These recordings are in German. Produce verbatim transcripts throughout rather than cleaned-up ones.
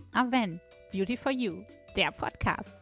Aven, Beauty for You, der Podcast.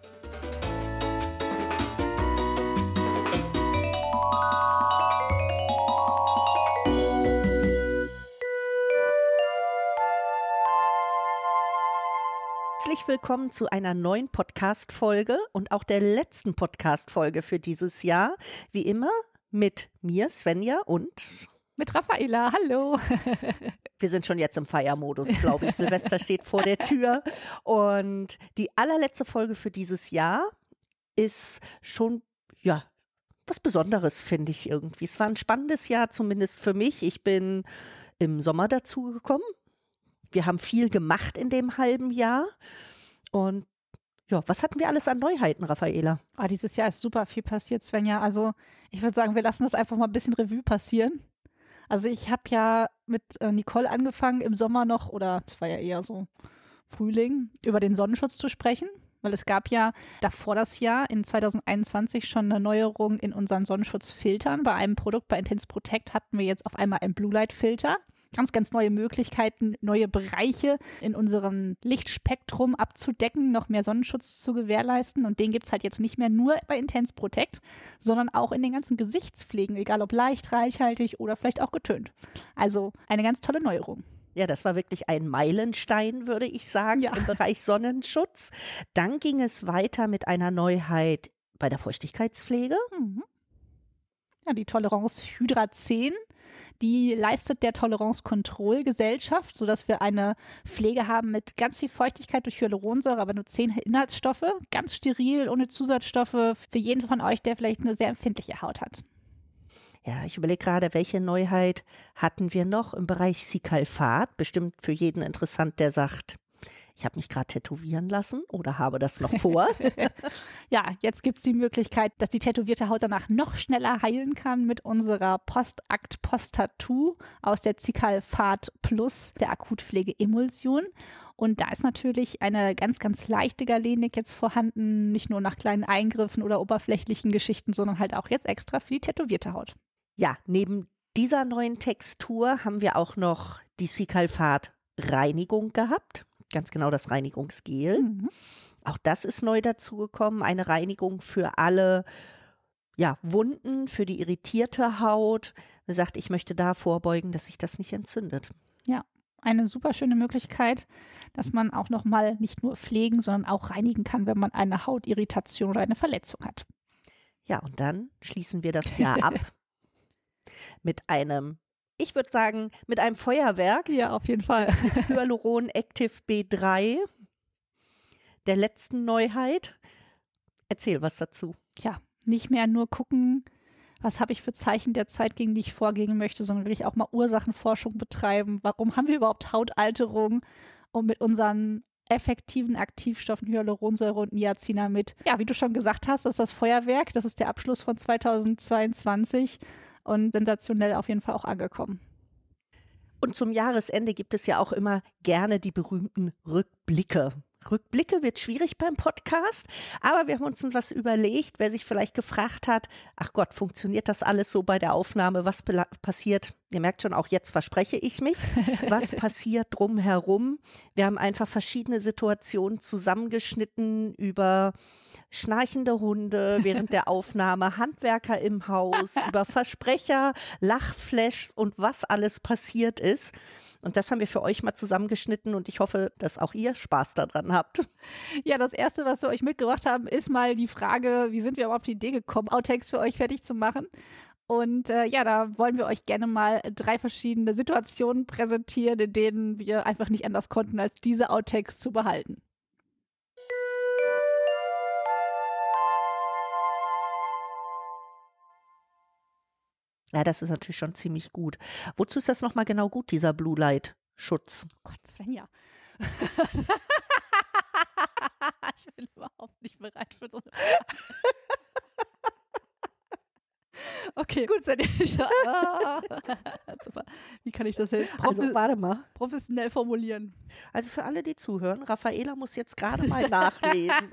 Herzlich willkommen zu einer neuen Podcast-Folge und auch der letzten Podcast-Folge für dieses Jahr. Wie immer mit mir, Svenja, und mit Raffaela. Hallo. Wir sind schon jetzt im Feiermodus, glaube ich. Silvester steht vor der Tür. Und die allerletzte Folge für dieses Jahr ist schon, ja, was Besonderes, finde ich irgendwie. Es war ein spannendes Jahr, zumindest für mich. Ich bin im Sommer dazugekommen. Wir haben viel gemacht in dem halben Jahr. Und ja, was hatten wir alles an Neuheiten, Raffaela? Oh, dieses Jahr ist super viel passiert, Svenja. Also ich würde sagen, wir lassen das einfach mal ein bisschen Revue passieren. Also ich habe ja mit äh, Nicole angefangen im Sommer noch, oder es war ja eher so Frühling, über den Sonnenschutz zu sprechen. Weil es gab ja davor das Jahr in zwanzig einundzwanzig schon eine Neuerung in unseren Sonnenschutzfiltern. Bei einem Produkt, bei Intense Protect, hatten wir jetzt auf einmal einen Blue Light Filter. Ganz, ganz neue Möglichkeiten, neue Bereiche in unserem Lichtspektrum abzudecken, noch mehr Sonnenschutz zu gewährleisten. Und den gibt's halt jetzt nicht mehr nur bei Intense Protect, sondern auch in den ganzen Gesichtspflegen, egal ob leicht, reichhaltig oder vielleicht auch getönt. Also eine ganz tolle Neuerung. Ja, das war wirklich ein Meilenstein, würde ich sagen, ja, im Bereich Sonnenschutz. Dann ging es weiter mit einer Neuheit bei der Feuchtigkeitspflege. Mhm. Ja, die Tolerance Hydra zehn, die leistet der Tolerance Control Gesellschaft, sodass wir eine Pflege haben mit ganz viel Feuchtigkeit durch Hyaluronsäure, aber nur zehn Inhaltsstoffe, ganz steril, ohne Zusatzstoffe, für jeden von euch, der vielleicht eine sehr empfindliche Haut hat. Ja, ich überlege gerade, welche Neuheit hatten wir noch im Bereich Cicalfat? Bestimmt für jeden interessant, der sagt, ich habe mich gerade tätowieren lassen oder habe das noch vor. Ja, jetzt gibt's die Möglichkeit, dass die tätowierte Haut danach noch schneller heilen kann mit unserer Postakt Post-Tattoo aus der Cicalfat Plus, der Akutpflege-Emulsion. Und da ist natürlich eine ganz, ganz leichte Galenik jetzt vorhanden, nicht nur nach kleinen Eingriffen oder oberflächlichen Geschichten, sondern halt auch jetzt extra für die tätowierte Haut. Ja, neben dieser neuen Textur haben wir auch noch die Cicalfat Reinigung gehabt. Ganz genau das Reinigungsgel. Mhm. Auch das ist neu dazugekommen. Eine Reinigung für alle ja, Wunden, für die irritierte Haut. Man sagt, ich möchte da vorbeugen, dass sich das nicht entzündet. Ja, eine super schöne Möglichkeit, dass man auch nochmal nicht nur pflegen, sondern auch reinigen kann, wenn man eine Hautirritation oder eine Verletzung hat. Ja, und dann schließen wir das Jahr ab mit einem, ich würde sagen, mit einem Feuerwerk. Ja, auf jeden Fall. Hyaluron Active B drei, der letzten Neuheit. Erzähl was dazu. Ja, nicht mehr nur gucken, was habe ich für Zeichen der Zeit, gegen die ich vorgehen möchte, sondern wirklich auch mal Ursachenforschung betreiben. Warum haben wir überhaupt Hautalterung? Und mit unseren effektiven Aktivstoffen Hyaluronsäure und Niacinamid. Ja, wie du schon gesagt hast, das ist das Feuerwerk. Das ist der Abschluss von zweitausendzweiundzwanzig. Und sensationell auf jeden Fall auch angekommen. Und zum Jahresende gibt es ja auch immer gerne die berühmten Rückblicke. Rückblicke wird schwierig beim Podcast, aber wir haben uns was überlegt, wer sich vielleicht gefragt hat, ach Gott, funktioniert das alles so bei der Aufnahme, was passiert? Ihr merkt schon, auch jetzt verspreche ich mich, was passiert drumherum? Wir haben einfach verschiedene Situationen zusammengeschnitten über schnarchende Hunde während der Aufnahme, Handwerker im Haus, über Versprecher, Lachflashs und was alles passiert ist. Und das haben wir für euch mal zusammengeschnitten und ich hoffe, dass auch ihr Spaß daran habt. Ja, das Erste, was wir euch mitgebracht haben, ist mal die Frage, wie sind wir überhaupt auf die Idee gekommen, Outtakes für euch fertig zu machen? Und äh, ja, da wollen wir euch gerne mal drei verschiedene Situationen präsentieren, in denen wir einfach nicht anders konnten, als diese Outtakes zu behalten. Ja, das ist natürlich schon ziemlich gut. Wozu ist das nochmal genau gut, dieser Blue Light Schutz? Oh Gott, Svenja. Ich bin überhaupt nicht bereit für so eine Okay, gut, Svenja. Super. Wie kann ich das jetzt Profi- also, warte mal. professionell formulieren? Also für alle, die zuhören, Raffaela muss jetzt gerade mal nachlesen.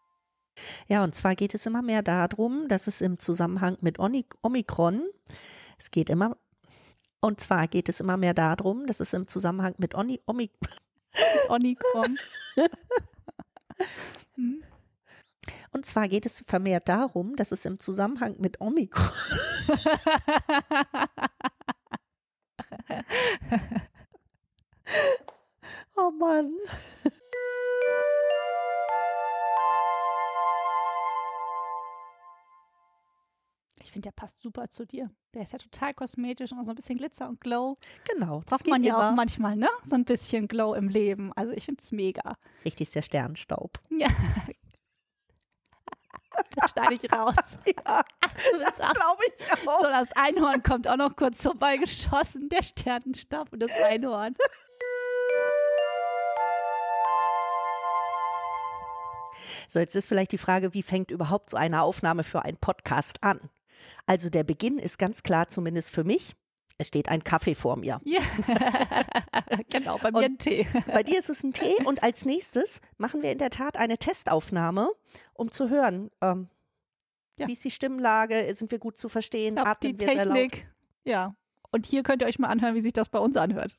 Ja, und zwar geht es immer mehr darum, dass es im Zusammenhang mit Omikron Es geht immer, und zwar geht es immer mehr darum, dass es im Zusammenhang mit Oni, Omi, Omikron. Hm. und zwar geht es vermehrt darum, dass es im Zusammenhang mit Omikron oh Mann. Ich finde, der passt super zu dir. Der ist ja total kosmetisch und so ein bisschen Glitzer und Glow. Genau. Das Braucht man geht ja immer. auch manchmal, ne? So ein bisschen Glow im Leben. Also ich finde es mega. Richtig, ist der Sternstaub. Ja. Das schneide ich raus. Ja, Du bist auch- glaube ich auch. So, das Einhorn kommt auch noch kurz vorbeigeschossen. Der Sternenstab und das Einhorn. So, jetzt ist vielleicht die Frage, wie fängt überhaupt so eine Aufnahme für einen Podcast an? Also der Beginn ist ganz klar, zumindest für mich. Es steht ein Kaffee vor mir. Ja. Genau, bei mir Und- ein Tee. Bei dir ist es ein Tee und als nächstes machen wir in der Tat eine Testaufnahme, um zu hören, ähm, Ja. wie ist die Stimmlage, sind wir gut zu verstehen, Hab die atmen wir sehr laut. Technik. Ja. Und hier könnt ihr euch mal anhören, wie sich das bei uns anhört.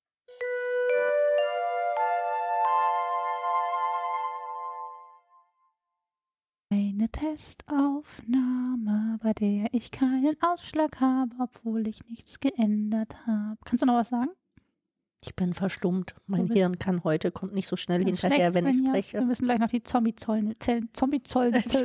Eine Testaufnahme, bei der ich keinen Ausschlag habe, obwohl ich nichts geändert habe. Kannst du noch was sagen? Ich bin verstummt. Mein Du bist- Hirn kann heute, kommt nicht so schnell Ja, hinterher, schlecht, wenn ich Svenja. spreche. Wir müssen gleich noch die Zombie-Zollen zählen. Zombie-Zollen zählen.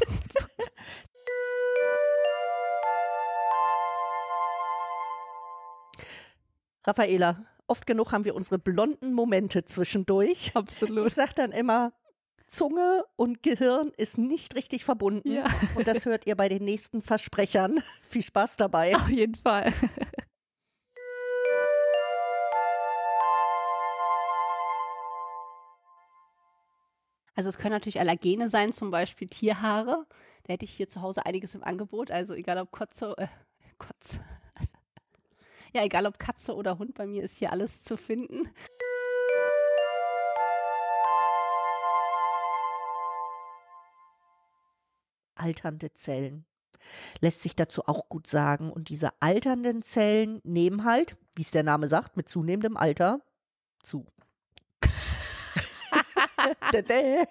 Raffaela, oft genug haben wir unsere blonden Momente zwischendurch. Absolut. Ich sage dann immer, Zunge und Gehirn ist nicht richtig verbunden. Ja, Und das hört ihr bei den nächsten Versprechern. Viel Spaß dabei. auf jeden Fall. Also es können natürlich Allergene sein, zum Beispiel Tierhaare. Da hätte ich hier zu Hause einiges im Angebot. Also egal ob Kotze, äh, Kotze. Also, ja, egal ob Katze oder Hund, bei mir ist hier alles zu finden. Alternde Zellen. Lässt sich dazu auch gut sagen. Und diese alternden Zellen nehmen halt, wie es der Name sagt, mit zunehmendem Alter zu. Dädä.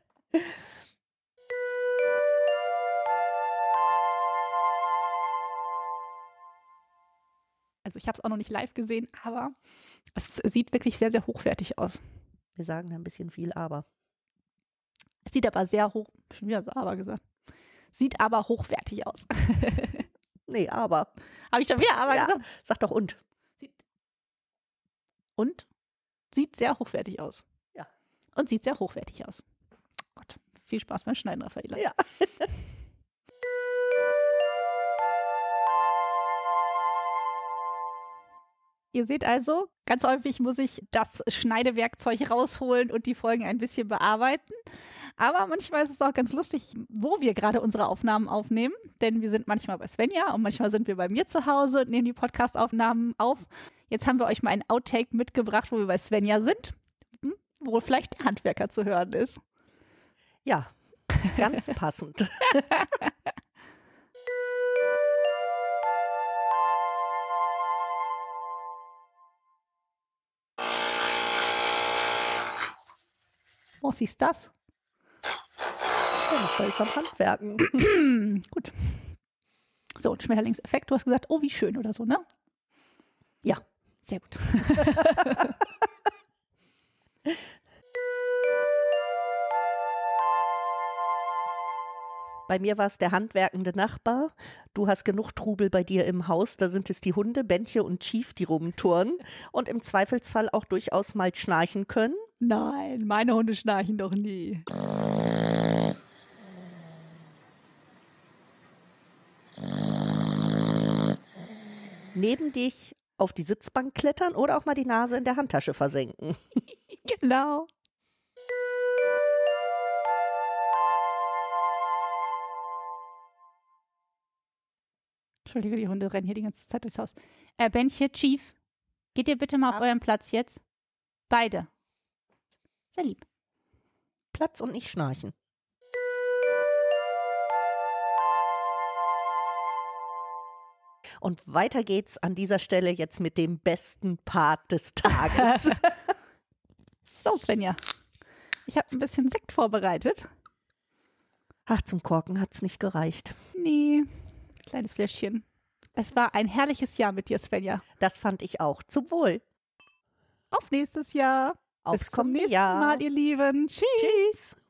Also ich habe es auch noch nicht live gesehen, aber es sieht wirklich sehr, sehr hochwertig aus. Wir sagen ein bisschen viel, aber. Es sieht aber sehr hoch, schon wieder so aber gesagt. Sieht aber hochwertig aus. Nee, aber. Habe ich schon wieder aber Ja. gesagt? Sag doch und. Sieht und sieht sehr hochwertig aus. Ja. Und sieht sehr hochwertig aus. Gott, viel Spaß beim Schneiden, Raffaela. Ja. Ihr seht also, ganz häufig muss ich das Schneidewerkzeug rausholen und die Folgen ein bisschen bearbeiten. Aber manchmal ist es auch ganz lustig, wo wir gerade unsere Aufnahmen aufnehmen. Denn wir sind manchmal bei Svenja und manchmal sind wir bei mir zu Hause und nehmen die Podcast-Aufnahmen auf. Jetzt haben wir euch mal ein Outtake mitgebracht, wo wir bei Svenja sind, hm, wo vielleicht der Handwerker zu hören ist. Ja, ganz passend. Was ist das? Ja, da ist am Handwerken. Hm, gut. So, ein Schmetterlingseffekt. Du hast gesagt, oh, wie schön oder so, ne? Ja, sehr gut. Bei mir war es der handwerkende Nachbar. Du hast genug Trubel bei dir im Haus. Da sind es die Hunde, Bentje und Chief, die rumturnen und im Zweifelsfall auch durchaus mal schnarchen können. Nein, meine Hunde schnarchen doch nie. Neben dich auf die Sitzbank klettern oder auch mal die Nase in der Handtasche versenken. Genau. Entschuldige, die Hunde rennen hier die ganze Zeit durchs Haus. Äh, Bändchen, Chief, geht ihr bitte mal auf Ja. euren Platz jetzt? Beide. Sehr lieb. Platz und nicht schnarchen. Und weiter geht's an dieser Stelle jetzt mit dem besten Part des Tages. So, Svenja. Ich habe ein bisschen Sekt vorbereitet. Ach, zum Korken hat's nicht gereicht. Nee, kleines Fläschchen. Es war ein herrliches Jahr mit dir, Svenja. Das fand ich auch. Zum Wohl. Auf nächstes Jahr. Aufs Bis zum kommende nächsten Jahr. Mal, ihr Lieben. Tschüss. Tschüss.